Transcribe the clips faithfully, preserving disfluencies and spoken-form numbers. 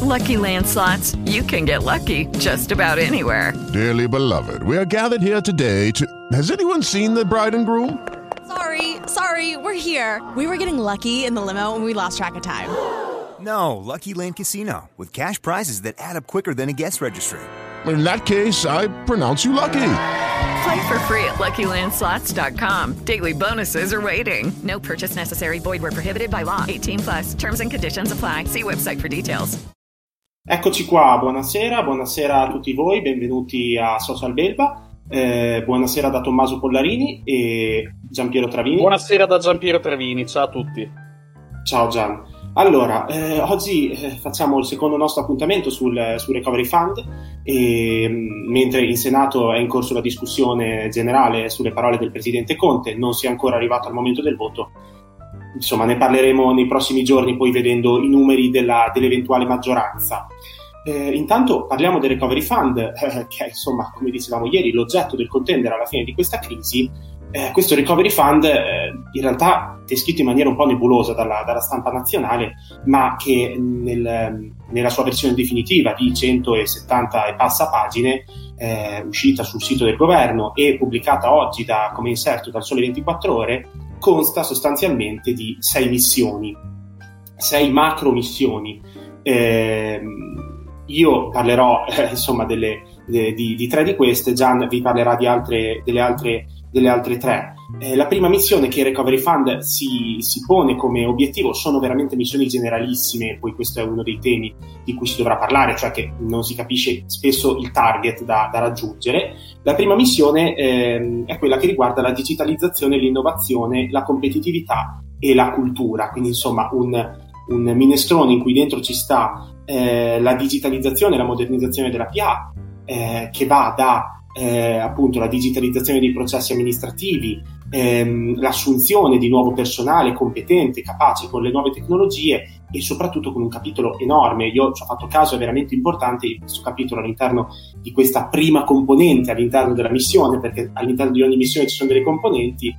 Lucky Land Slots, you can get lucky just about anywhere. Dearly beloved, we are gathered here today to... Has anyone seen the bride and groom? Sorry, sorry, we're here. We were getting lucky in the limo and we lost track of time. No, Lucky Land Casino, with cash prizes that add up quicker than a guest registry. In that case, I pronounce you lucky. Play for free at Lucky Land Slots dot com. Daily bonuses are waiting. No purchase necessary. Void where prohibited by law. eighteen plus. Terms and conditions apply. See website for details. Eccoci qua, buonasera, buonasera a tutti voi, benvenuti a Social Belva. Eh, buonasera da Tommaso Pollarini e Giampiero Travini. Buonasera da Giampiero Travini, ciao a tutti. Ciao Gian. Allora, eh, oggi eh, facciamo il secondo nostro appuntamento sul, sul Recovery Fund e mh, mentre in Senato è in corso la discussione generale sulle parole del Presidente Conte, non si è ancora arrivato al momento del voto. Insomma, ne parleremo nei prossimi giorni, poi vedendo i numeri della, dell'eventuale maggioranza. Eh, intanto parliamo del Recovery Fund, eh, che è, insomma, come dicevamo ieri, l'oggetto del contendere alla fine di questa crisi. Eh, questo Recovery Fund eh, in realtà descritto in maniera un po' nebulosa dalla, dalla stampa nazionale, ma che nel, nella sua versione definitiva di centosettanta e passa pagine, eh, uscita sul sito del governo e pubblicata oggi da, come inserto dal Sole ventiquattro Ore, consta sostanzialmente di sei missioni, sei macro missioni. Eh, io parlerò eh, insomma delle, de, di, di tre di queste, Gian vi parlerà di altre, delle altre delle altre tre. Eh, la prima missione che il Recovery Fund si, si pone come obiettivo sono veramente missioni generalissime, poi questo è uno dei temi di cui si dovrà parlare, cioè che non si capisce spesso il target da, da raggiungere. La prima missione eh, è quella che riguarda la digitalizzazione, l'innovazione, la competitività e la cultura, quindi insomma un, un minestrone in cui dentro ci sta eh, la digitalizzazione e la modernizzazione della P A, eh, che va da Eh, appunto la digitalizzazione dei processi amministrativi, ehm, l'assunzione di nuovo personale competente, capace con le nuove tecnologie e soprattutto con un capitolo enorme. Io ci ho fatto caso, è veramente importante questo capitolo all'interno di questa prima componente all'interno della missione, perché all'interno di ogni missione ci sono delle componenti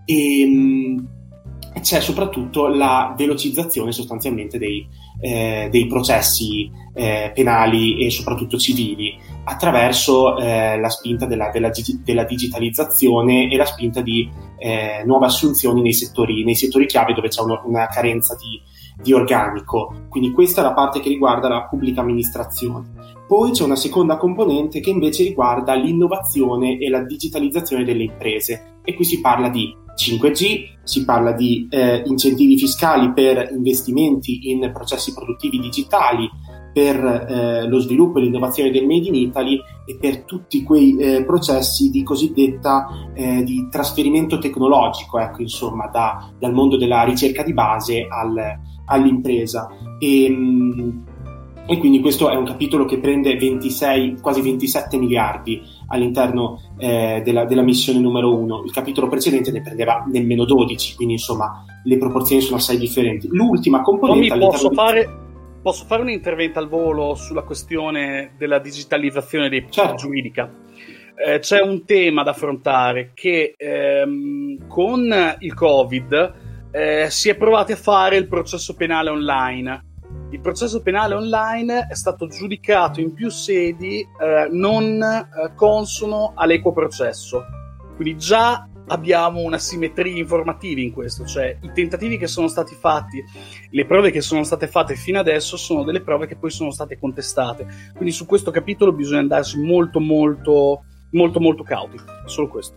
e mh, c'è soprattutto la velocizzazione sostanzialmente dei, eh, dei processi eh, penali e soprattutto civili attraverso eh, la spinta della, della, della digitalizzazione e la spinta di eh, nuove assunzioni nei settori, nei settori chiave dove c'è una, una carenza di, di organico. Quindi questa è la parte che riguarda la pubblica amministrazione. Poi c'è una seconda componente che invece riguarda l'innovazione e la digitalizzazione delle imprese, e qui si parla di cinque G, si parla di eh, incentivi fiscali per investimenti in processi produttivi digitali, per eh, lo sviluppo e l'innovazione del Made in Italy e per tutti quei eh, processi di cosiddetta eh, di trasferimento tecnologico, ecco, insomma, da, dal mondo della ricerca di base al, all'impresa. E, mh, e quindi questo è un capitolo che prende ventisei, quasi ventisette miliardi all'interno eh, della, della missione numero uno. Il capitolo precedente ne prendeva nemmeno dodici, quindi insomma le proporzioni sono assai differenti. L'ultima componente Tommy, posso di... fare posso fare un intervento al volo sulla questione della digitalizzazione dei certo. giuridica? Eh, c'è un tema da affrontare che ehm, con il Covid eh, si è provati a fare il processo penale online. Il processo penale online è stato giudicato in più sedi eh, non eh, consono all'equo processo. Quindi già abbiamo una simmetria informativa in questo, cioè i tentativi che sono stati fatti, le prove che sono state fatte fino adesso sono delle prove che poi sono state contestate. Quindi su questo capitolo bisogna andarsi molto molto molto molto cauti, solo questo.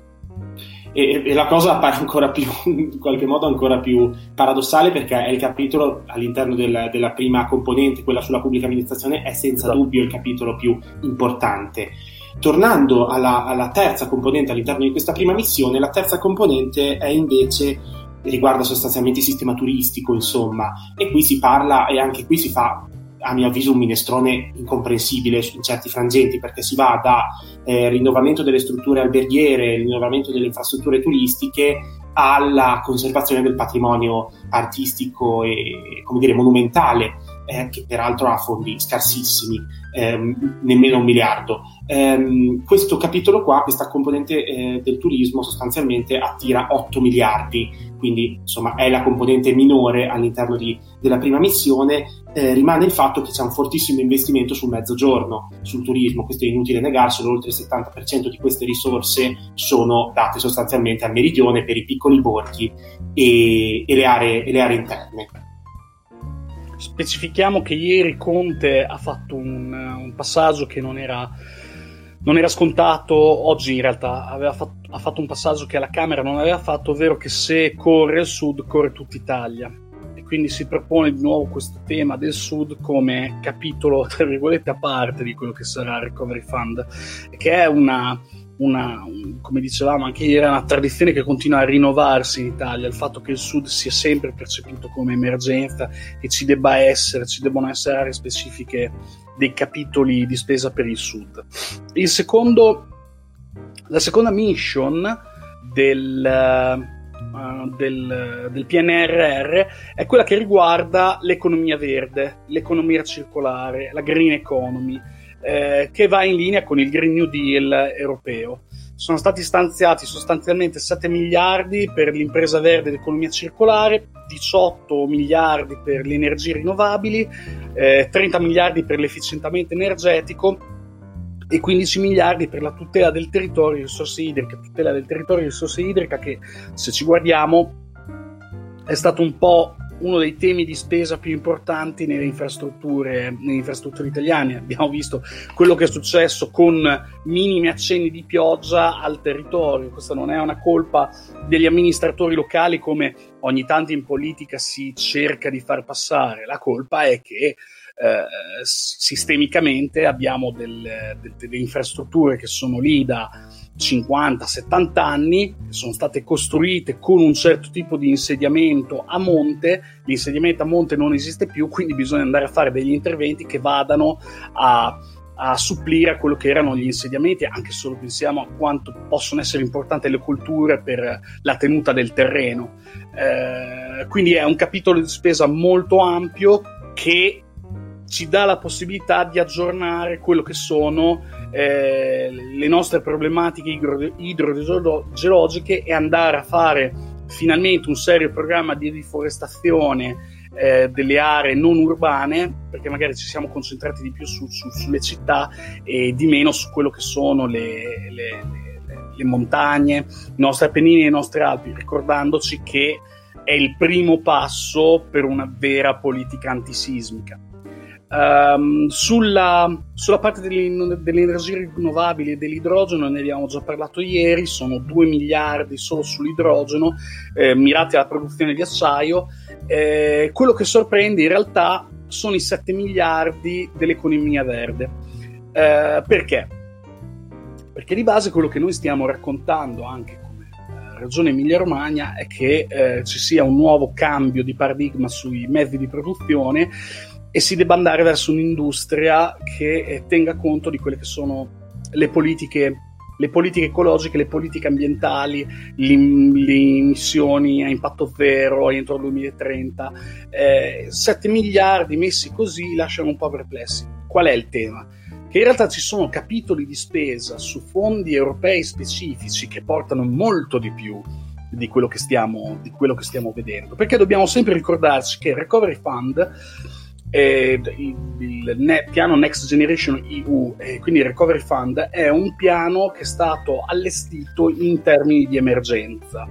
E, e la cosa appare ancora più, in qualche modo ancora più paradossale, perché è il capitolo all'interno del, della prima componente, quella sulla pubblica amministrazione, è senza esatto. dubbio il capitolo più importante. Tornando alla, alla terza componente all'interno di questa prima missione, la terza componente è invece riguarda sostanzialmente il sistema turistico, insomma, e qui si parla, e anche qui si fa, a mio avviso, un minestrone incomprensibile in certi frangenti, perché si va da eh, rinnovamento delle strutture alberghiere, rinnovamento delle infrastrutture turistiche, alla conservazione del patrimonio artistico e, come dire, monumentale eh, che peraltro ha fondi scarsissimi, ehm, nemmeno un miliardo. Ehm, questo capitolo qua, questa componente eh, del turismo sostanzialmente attira otto miliardi, quindi insomma è la componente minore all'interno di, della prima missione. Eh, rimane il fatto che c'è un fortissimo investimento sul mezzogiorno, sul turismo, questo è inutile negarselo, oltre il settanta per cento di queste risorse sono date sostanzialmente al meridione per i piccoli borghi e, e, le, aree, e le aree interne. Specifichiamo che ieri Conte ha fatto un, un passaggio che non era, non era scontato, oggi in realtà aveva fatto, ha fatto un passaggio che alla Camera non aveva fatto, ovvero che se corre il Sud corre tutta Italia. Quindi si propone di nuovo questo tema del Sud come capitolo, tra virgolette, a parte di quello che sarà il Recovery Fund, che è una, una un, come dicevamo anche ieri, una tradizione che continua a rinnovarsi in Italia, il fatto che il Sud sia sempre percepito come emergenza, che ci debba essere, ci debbano essere aree specifiche dei capitoli di spesa per il Sud. Il secondo, la seconda mission del... Uh, del, del P N R R è quella che riguarda l'economia verde, l'economia circolare, la green economy, eh, che va in linea con il Green New Deal europeo. Sono stati stanziati sostanzialmente sette miliardi per l'impresa verde e l'economia circolare, diciotto miliardi per le energie rinnovabili, eh, trenta miliardi per l'efficientamento energetico e quindici miliardi per la tutela del territorio e risorse idriche, tutela del territorio e risorse idriche che, se ci guardiamo, è stato un po' uno dei temi di spesa più importanti nelle infrastrutture, nelle infrastrutture italiane. Abbiamo visto quello che è successo con minimi accenni di pioggia al territorio. Questa non è una colpa degli amministratori locali, come ogni tanto in politica si cerca di far passare. La colpa è che Uh, sistemicamente abbiamo del, del, delle infrastrutture che sono lì da cinquanta settanta anni, che sono state costruite con un certo tipo di insediamento a monte. L'insediamento a monte non esiste più, quindi bisogna andare a fare degli interventi che vadano a, a supplire a quello che erano gli insediamenti. Anche solo pensiamo a quanto possono essere importanti le colture per la tenuta del terreno. Uh, quindi è un capitolo di spesa molto ampio che ci dà la possibilità di aggiornare quello che sono eh, le nostre problematiche idro- idrogeologiche e andare a fare finalmente un serio programma di riforestazione eh, delle aree non urbane, perché magari ci siamo concentrati di più su, su, sulle città e di meno su quello che sono le, le, le, le montagne, i nostri Appennini e le nostre Alpi, ricordandoci che è il primo passo per una vera politica antisismica. Um, sulla, sulla parte delle, delle energie rinnovabili e dell'idrogeno ne abbiamo già parlato ieri, sono due miliardi solo sull'idrogeno eh, mirati alla produzione di acciaio. Eh, quello che sorprende in realtà sono i sette miliardi dell'economia verde. Eh, perché? Perché di base quello che noi stiamo raccontando anche come eh, Regione Emilia-Romagna è che eh, ci sia un nuovo cambio di paradigma sui mezzi di produzione e si debba andare verso un'industria che eh, tenga conto di quelle che sono le politiche, le politiche ecologiche, le politiche ambientali, le emissioni a impatto zero entro il duemilatrenta. Eh, sette miliardi messi così lasciano un po' perplessi. Qual è il tema? Che in realtà ci sono capitoli di spesa su fondi europei specifici che portano molto di più di quello che stiamo, di quello che stiamo vedendo. Perché dobbiamo sempre ricordarci che il Recovery Fund, Eh, il, il ne- piano Next Generation E U, eh, quindi il Recovery Fund, è un piano che è stato allestito in termini di emergenza,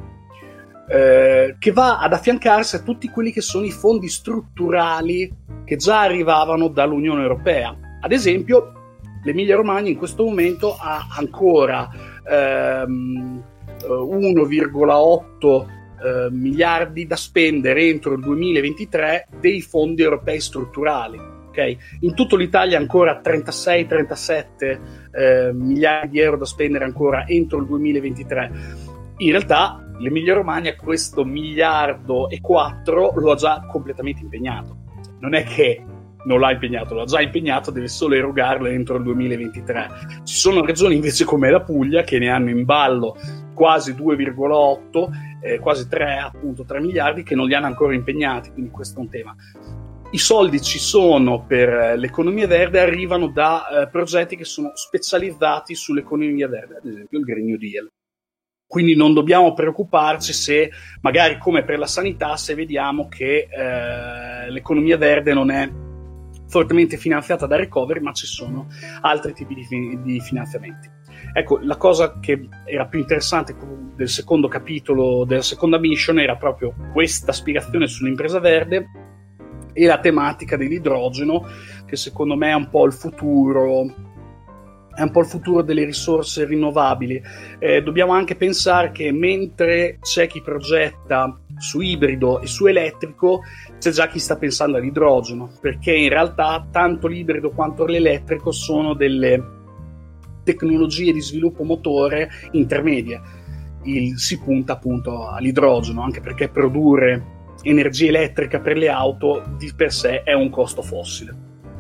eh, che va ad affiancarsi a tutti quelli che sono i fondi strutturali che già arrivavano dall'Unione Europea. Ad esempio, l'Emilia Romagna in questo momento ha ancora ehm, uno virgola otto Uh, miliardi da spendere entro il duemilaventitré dei fondi europei strutturali. Okay? In tutta l'Italia ancora trentasei trentasette uh, miliardi di euro da spendere ancora entro il duemilaventitré. In realtà l'Emilia Romagna questo miliardo e quattro lo ha già completamente impegnato. Non è che non l'ha impegnato, l'ha già impegnato, deve solo erogarlo entro il duemilaventitré. Ci sono regioni invece come la Puglia che ne hanno in ballo quasi due virgola otto, eh, quasi tre, appunto tre miliardi, che non li hanno ancora impegnati, quindi questo è un tema. i soldi ci sono per l'economia verde, arrivano da eh, progetti che sono specializzati sull'economia verde, ad esempio il Green New Deal. Quindi non dobbiamo preoccuparci se, magari come per la sanità, se vediamo che eh, l'economia verde non è fortemente finanziata da recovery, ma ci sono altri tipi di, fi- di finanziamenti. Ecco, la cosa che era più interessante del secondo capitolo, della seconda mission, era proprio questa spiegazione sull'impresa verde e la tematica dell'idrogeno, che secondo me è un po' il futuro, è un po' il futuro delle risorse rinnovabili. Eh, dobbiamo anche pensare che mentre c'è chi progetta su ibrido e su elettrico, c'è già chi sta pensando all'idrogeno, perché in realtà tanto l'ibrido quanto l'elettrico sono delle tecnologie di sviluppo motore intermedie. Il, si punta appunto all'idrogeno, anche perché produrre energia elettrica per le auto di per sé è un costo fossile.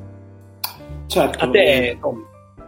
Certo. A te, Tom?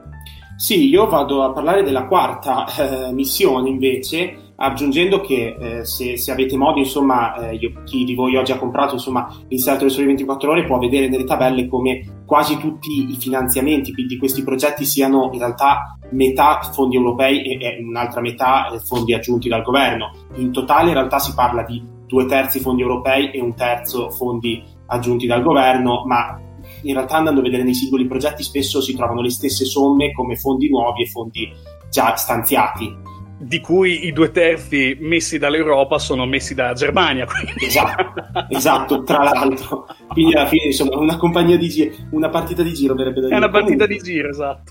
Sì, io vado a parlare della quarta eh, missione invece, aggiungendo che eh, se, se avete modo, insomma, eh, io, chi di voi oggi ha comprato insomma l'Inserto del Sole ventiquattro Ore può vedere nelle tabelle come quasi tutti i finanziamenti di questi progetti siano in realtà metà fondi europei e, e un'altra metà eh, fondi aggiunti dal governo. In totale in realtà si parla di due terzi fondi europei e un terzo fondi aggiunti dal governo, ma in realtà andando a vedere nei singoli progetti spesso si trovano le stesse somme come fondi nuovi e fondi già stanziati, di cui i due terzi messi dall'Europa sono messi dalla Germania. Quindi. Esatto, esatto, tra l'altro. Quindi alla fine insomma una compagnia di giro, una partita di giro verrebbe da dire. È una partita comunque, di giro, esatto.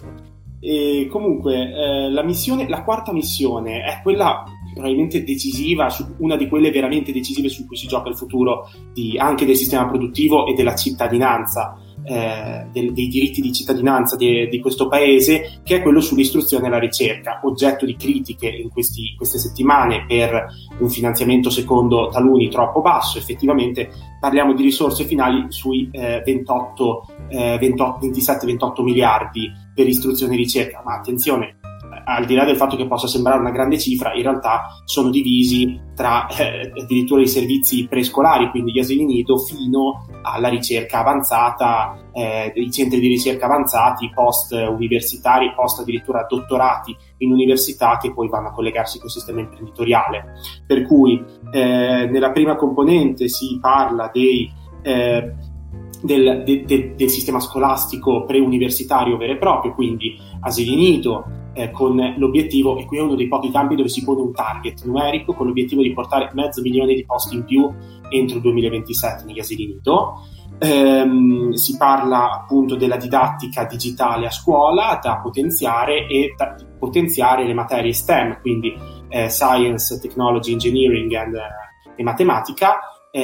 E comunque eh, la missione, la quarta missione è quella probabilmente decisiva, su, una di quelle veramente decisive su cui si gioca il futuro di, anche del sistema produttivo e della cittadinanza, eh, del, dei diritti di cittadinanza di, di questo paese, che è quello sull'istruzione e la ricerca, oggetto di critiche in questi, queste settimane per un finanziamento secondo taluni troppo basso. Effettivamente parliamo di risorse finali sui eh, ventotto, eh, ventotto, ventisette ventotto miliardi per istruzione e ricerca, ma attenzione, al di là del fatto che possa sembrare una grande cifra, in realtà sono divisi tra eh, addirittura i servizi prescolari, quindi gli asili nido, fino alla ricerca avanzata, eh, i centri di ricerca avanzati, post universitari, post addirittura dottorati in università, che poi vanno a collegarsi col sistema imprenditoriale. Per cui eh, nella prima componente si parla dei eh, Del, de, de, del sistema scolastico preuniversitario vero e proprio, quindi asili nido, eh, con l'obiettivo, e qui è uno dei pochi campi dove si pone un target numerico, con l'obiettivo di portare mezzo milione di posti in più entro il duemilaventisette negli asili nido. Ehm, si parla appunto della didattica digitale a scuola da potenziare e da potenziare le materie STEM, quindi eh, Science, Technology, Engineering and, uh, e matematica,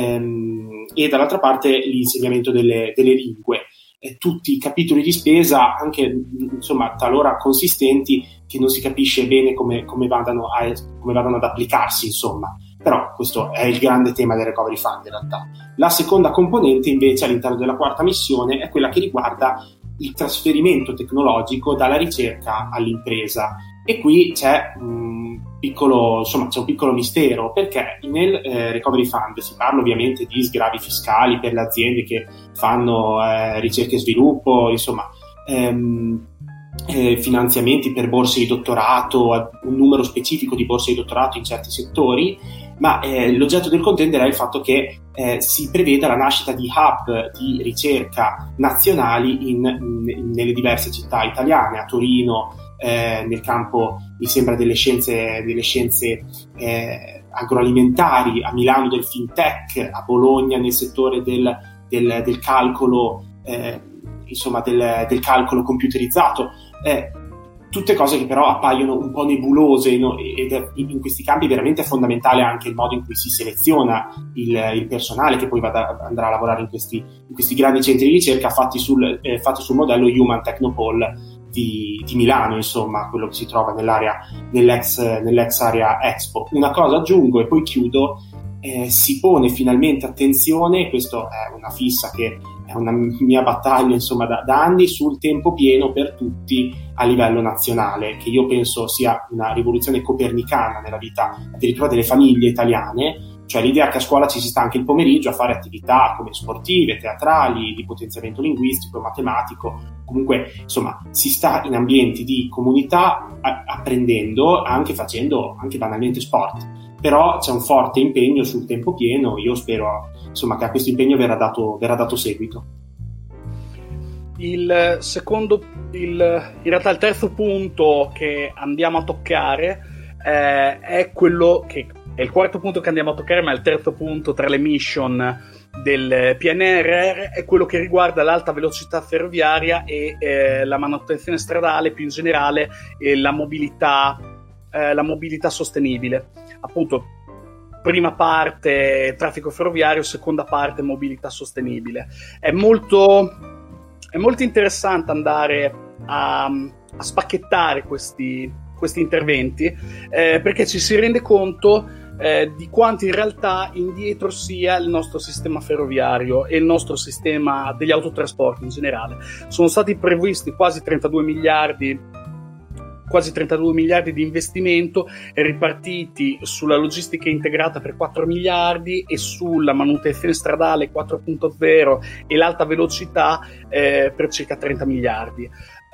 e dall'altra parte l'insegnamento delle, delle lingue, eh, tutti i capitoli di spesa anche insomma talora consistenti, che non si capisce bene come, come, vadano a, come vadano ad applicarsi, insomma. Però questo è il grande tema del Recovery Fund in realtà. La seconda componente invece all'interno della quarta missione è quella che riguarda il trasferimento tecnologico dalla ricerca all'impresa, e qui c'è un piccolo, insomma, c'è un piccolo mistero, perché nel eh, Recovery Fund si parla ovviamente di sgravi fiscali per le aziende che fanno eh, ricerca e sviluppo, insomma ehm, eh, finanziamenti per borse di dottorato, un numero specifico di borse di dottorato in certi settori, ma eh, l'oggetto del contendere è il fatto che eh, si preveda la nascita di hub di ricerca nazionali in, in, nelle diverse città italiane, a Torino eh, nel campo, mi sembra, delle scienze, delle scienze eh, agroalimentari, a Milano del fintech, a Bologna nel settore del, del, del calcolo, eh, insomma del, del calcolo computerizzato. Eh, tutte cose che però appaiono un po' nebulose, no? Ed è in questi campi veramente fondamentale anche il modo in cui si seleziona il, il personale che poi va da, andrà a lavorare in questi, in questi grandi centri di ricerca fatti sul, eh, fatti sul modello Human Technopole di, di Milano, insomma, quello che si trova nell'area, nell'ex, nell'ex area Expo. Una cosa aggiungo e poi chiudo, eh, si pone finalmente attenzione, questo è una fissa che è una mia battaglia insomma da, da anni, sul tempo pieno per tutti a livello nazionale, che io penso sia una rivoluzione copernicana nella vita addirittura delle famiglie italiane, cioè l'idea che a scuola ci si sta anche il pomeriggio a fare attività come sportive, teatrali, di potenziamento linguistico, matematico, comunque insomma si sta in ambienti di comunità a- apprendendo, anche facendo anche banalmente sport, però c'è un forte impegno sul tempo pieno. Io spero insomma che a questo impegno verrà dato, verrà dato seguito. Il secondo, il, in realtà il terzo punto che andiamo a toccare eh, è quello che è il quarto punto che andiamo a toccare, ma è il terzo punto tra le mission del P N R R, è quello che riguarda l'alta velocità ferroviaria e eh, la manutenzione stradale, più in generale e la mobilità, eh, la mobilità sostenibile. Appunto, prima parte traffico ferroviario, seconda parte mobilità sostenibile. È molto È molto interessante andare a, a spacchettare questi, questi interventi eh, perché ci si rende conto eh, di quanto in realtà indietro sia il nostro sistema ferroviario e il nostro sistema degli autotrasporti in generale. Sono stati previsti quasi trentadue miliardi quasi trentadue miliardi di investimento ripartiti sulla logistica integrata per quattro miliardi e sulla manutenzione stradale quattro punto zero e l'alta velocità eh, per circa trenta miliardi.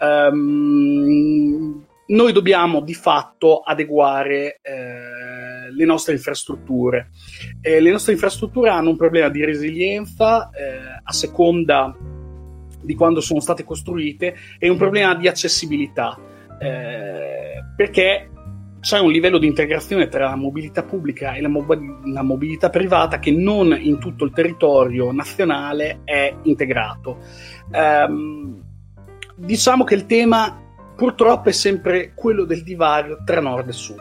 Um, noi dobbiamo di fatto adeguare eh, le nostre infrastrutture. Eh, le nostre infrastrutture hanno un problema di resilienza eh, a seconda di quando sono state costruite e un problema di accessibilità. Eh, perché c'è un livello di integrazione tra la mobilità pubblica e la, mob- la mobilità privata che non in tutto il territorio nazionale è integrato. Um, diciamo che il tema purtroppo è sempre quello del divario tra nord e sud.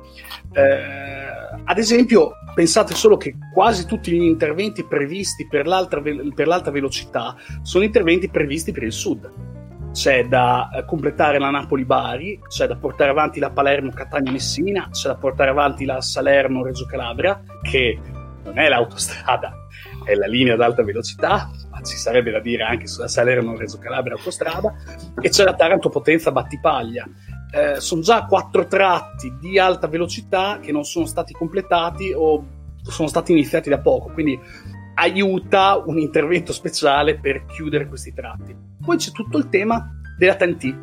Eh, ad esempio, pensate solo che quasi tutti gli interventi previsti per l'alta, ve- per l'alta velocità sono interventi previsti per il sud. C'è da completare la Napoli-Bari, c'è da portare avanti la Palermo-Catania-Messina, c'è da portare avanti la Salerno-Reggio Calabria, che non è l'autostrada, è la linea ad alta velocità, ma ci sarebbe da dire anche sulla Salerno-Reggio Calabria autostrada, e c'è la Taranto-Potenza-Battipaglia. Eh, sono già quattro tratti di alta velocità che non sono stati completati o sono stati iniziati da poco, quindi aiuta un intervento speciale per chiudere questi tratti. Poi c'è tutto il tema della T N T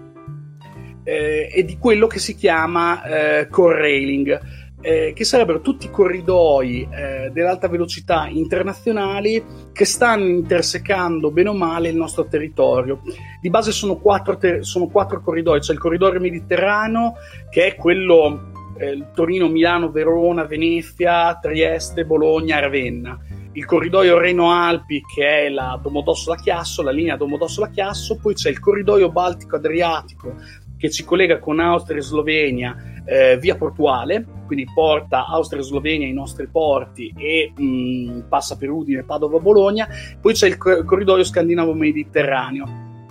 eh, e di quello che si chiama eh, core railing, eh, che sarebbero tutti i corridoi eh, dell'alta velocità internazionali che stanno intersecando bene o male il nostro territorio. Di base sono quattro, ter- sono quattro corridoi. C'è il corridoio mediterraneo, che è quello eh, Torino, Milano, Verona, Venezia, Trieste, Bologna, Ravenna. Il corridoio Reno-Alpi, che è la Domodossola-Chiasso, la linea Domodossola-Chiasso. Poi c'è il corridoio Baltico-Adriatico, che ci collega con Austria e Slovenia eh, via portuale, quindi porta Austria e Slovenia ai nostri porti e mh, passa per Udine, Padova, Bologna. Poi c'è il cor- corridoio Scandinavo-Mediterraneo,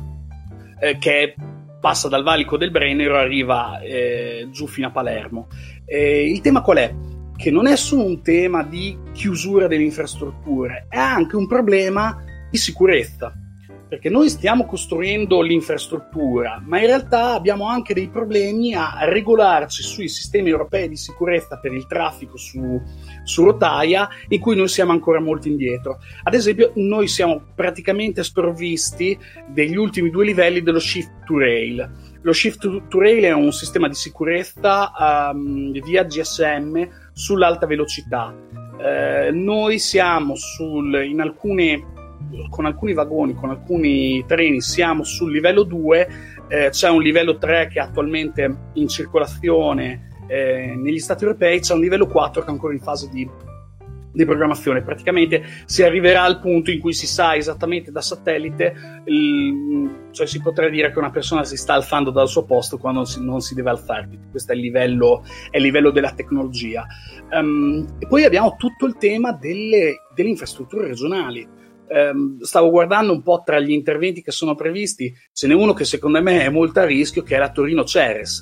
eh, che passa dal valico del Brennero e arriva eh, giù fino a Palermo. Eh, il tema qual è? Che non è solo un tema di chiusura delle infrastrutture, è anche un problema di sicurezza, perché noi stiamo costruendo l'infrastruttura, ma in realtà abbiamo anche dei problemi a regolarci sui sistemi europei di sicurezza per il traffico su, su rotaia, in cui noi siamo ancora molto indietro. Ad esempio, noi siamo praticamente sprovvisti degli ultimi due livelli dello Shift to Rail. Lo Shift to Rail è un sistema di sicurezza um, via G S M sull'alta velocità. Eh, noi siamo sul, in alcune, con alcuni vagoni, con alcuni treni siamo sul livello due, eh, c'è un livello tre che è attualmente in circolazione eh, negli Stati europei, c'è un livello quattro che è ancora in fase di di programmazione. Praticamente si arriverà al punto in cui si sa esattamente da satellite, il, cioè si potrà dire che una persona si sta alzando dal suo posto quando si, non si deve alzare. Questo è il livello, è il livello della tecnologia. Um, e poi abbiamo tutto il tema delle, delle infrastrutture regionali. Um, stavo guardando un po' tra gli interventi che sono previsti, ce n'è uno che secondo me è molto a rischio, che è la Torino-Ceres.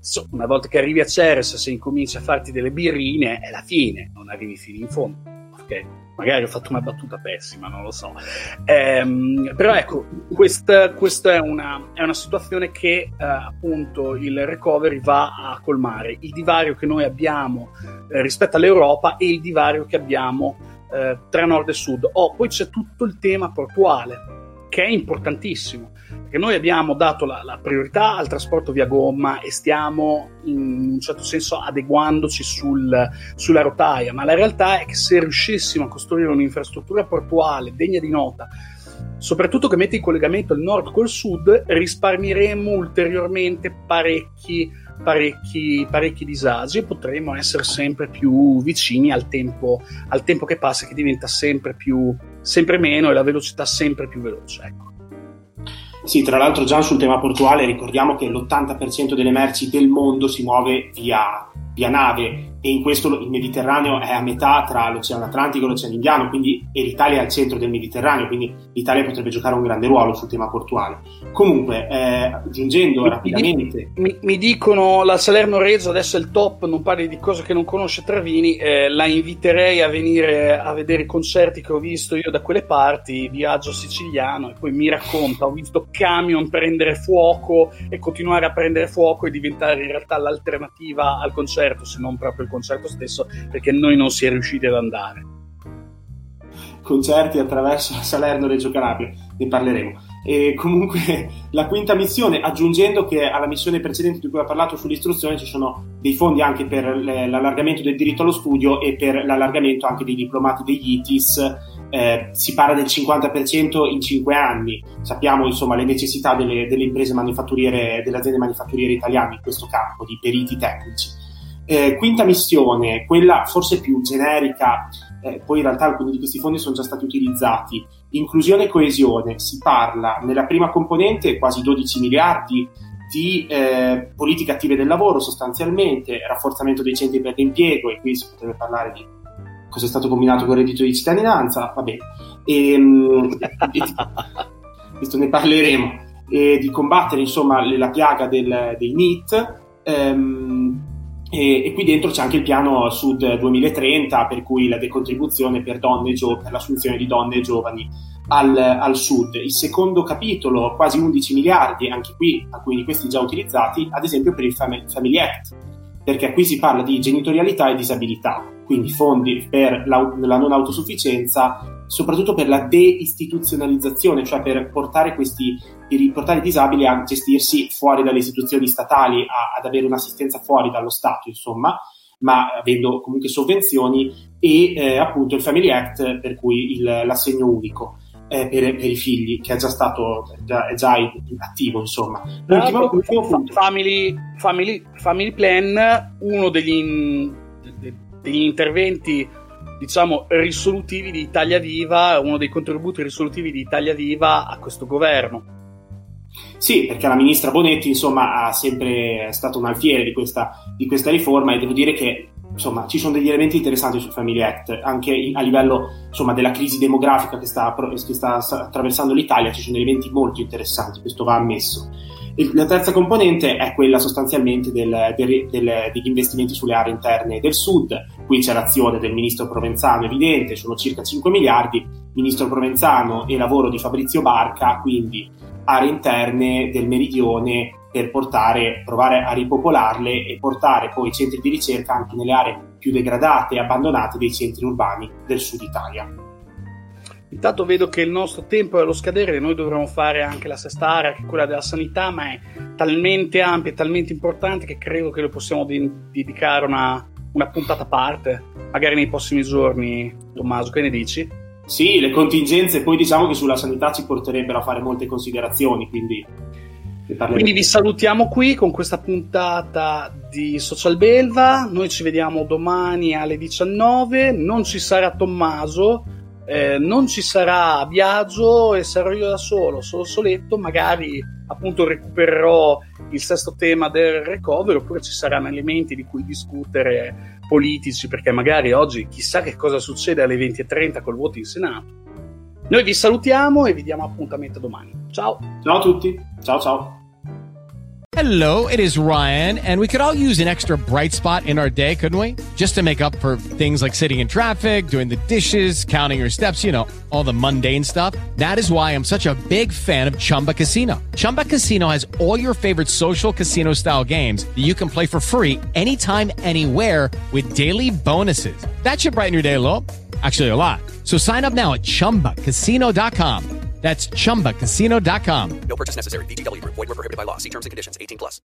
So, una volta che arrivi a Ceres, se incominci a farti delle birrine, è la fine, non arrivi fino in fondo. Ok? Magari ho fatto una battuta pessima, non lo so. Ehm, però ecco, questa, questa è, una, è una situazione che eh, appunto il recovery va a colmare. Il divario che noi abbiamo eh, rispetto all'Europa e il divario che abbiamo eh, tra nord e sud. Oh, poi c'è tutto il tema portuale, che è importantissimo, perché noi abbiamo dato la, la priorità al trasporto via gomma e stiamo in un certo senso adeguandoci sul, sulla rotaia, ma la realtà è che se riuscissimo a costruire un'infrastruttura portuale degna di nota, soprattutto che mette in collegamento il nord col sud, risparmieremo ulteriormente parecchi, parecchi, parecchi disagi e potremo essere sempre più vicini al tempo, al tempo che passa, che diventa sempre più, sempre meno, e la velocità sempre più veloce, ecco. Sì, tra l'altro già sul tema portuale ricordiamo che l'ottanta per cento delle merci del mondo si muove via, via nave, e in questo il Mediterraneo è a metà tra l'Oceano Atlantico e l'Oceano Indiano, quindi, e l'Italia è al centro del Mediterraneo, quindi l'Italia potrebbe giocare un grande ruolo sul tema portuale. Comunque, eh, aggiungendo mi, rapidamente... Mi, mi dicono la Salerno-Reggio adesso è il top, non parli di cose che non conosce Travini, eh, la inviterei a venire a vedere i concerti che ho visto io da quelle parti, Viaggio Siciliano, e poi mi racconta, ho visto camion prendere fuoco e continuare a prendere fuoco e diventare in realtà l'alternativa al concerto, se non proprio il concerto stesso, perché noi non si è riusciti ad andare. Concerti attraverso Salerno-Reggio Calabria, ne parleremo. E comunque la quinta missione, aggiungendo che alla missione precedente di cui ho parlato sull'istruzione ci sono dei fondi anche per l'allargamento del diritto allo studio e per l'allargamento anche dei diplomati degli I T I S. Eh, si parla del cinquanta per cento in cinque anni. Sappiamo insomma le necessità delle, delle imprese manifatturiere, delle aziende manifatturiere italiane in questo campo di periti tecnici. Eh, quinta missione, quella forse più generica, eh, poi in realtà alcuni di questi fondi sono già stati utilizzati. Inclusione e coesione, si parla nella prima componente quasi dodici miliardi di eh, politiche attive del lavoro, sostanzialmente rafforzamento dei centri per l'impiego, e qui si potrebbe parlare di cosa è stato combinato con il reddito di cittadinanza, va bene, e, e, questo ne parleremo, e di combattere insomma la piaga del, dei N I T. ehm, E, e qui dentro c'è anche il piano Sud duemilatrenta, per cui la decontribuzione per donne e gio- per l'assunzione di donne e giovani al, al Sud. Il secondo capitolo, quasi undici miliardi, anche qui alcuni di questi già utilizzati, ad esempio per il Fam- Family Act, perché qui si parla di genitorialità e disabilità, quindi fondi per la, la non autosufficienza, soprattutto per la deistituzionalizzazione, cioè per portare questi per portare i disabili a gestirsi fuori dalle istituzioni statali, a, ad avere un'assistenza fuori dallo Stato, insomma, ma avendo comunque sovvenzioni, e eh, appunto il Family Act, per cui il, l'assegno unico eh, per, per i figli, che è già stato già, è già attivo, insomma. L'ultimo, l'ultimo punto. Family, family, family Plan, uno degli, degli interventi, diciamo, risolutivi di Italia Viva, uno dei contributi risolutivi di Italia Viva a questo governo. Sì, perché la ministra Bonetti insomma ha sempre è stato un alfiere di questa, di questa riforma, e devo dire che insomma ci sono degli elementi interessanti sul Family Act, anche a livello insomma della crisi demografica che sta, che sta attraversando l'Italia. Ci sono elementi molto interessanti, questo va ammesso. E la terza componente è quella sostanzialmente del, del, del, degli investimenti sulle aree interne del Sud. Qui c'è l'azione del ministro Provenzano evidente, sono circa cinque miliardi, ministro Provenzano e lavoro di Fabrizio Barca, quindi aree interne del meridione, per portare, provare a ripopolarle e portare poi i centri di ricerca anche nelle aree più degradate e abbandonate dei centri urbani del Sud Italia. Intanto vedo che il nostro tempo è allo scadere, noi dovremmo fare anche la sesta area, che è quella della sanità, ma è talmente ampia e talmente importante che credo che lo possiamo de- dedicare una, una puntata a parte, magari nei prossimi giorni. Tommaso, che ne dici? Sì, le contingenze poi diciamo che sulla sanità ci porterebbero a fare molte considerazioni, quindi quindi vi salutiamo qui con questa puntata di Social Belva. Noi ci vediamo domani alle diciannove, non ci sarà Tommaso, eh, non ci sarà Biagio e sarò io da solo, solo soletto. Magari appunto recupererò il sesto tema del recovery, oppure ci saranno elementi di cui discutere politici, perché magari oggi chissà che cosa succede alle venti e trenta col voto in Senato. Noi vi salutiamo e vi diamo appuntamento domani. Ciao. Ciao a tutti. Ciao ciao. Hello, it is Ryan, and we could all use an extra bright spot in our day, couldn't we? Just to make up for things like sitting in traffic, doing the dishes, counting your steps, you know, all the mundane stuff. That is why I'm such a big fan of Chumba Casino. Chumba Casino has all your favorite social casino-style games that you can play for free anytime, anywhere with daily bonuses. That should brighten your day a little. Actually, a lot. So sign up now at chumba casino dot com. That's chumba casino dot com. No purchase necessary. V G W Group. Void where prohibited by law. See terms and conditions. eighteen plus.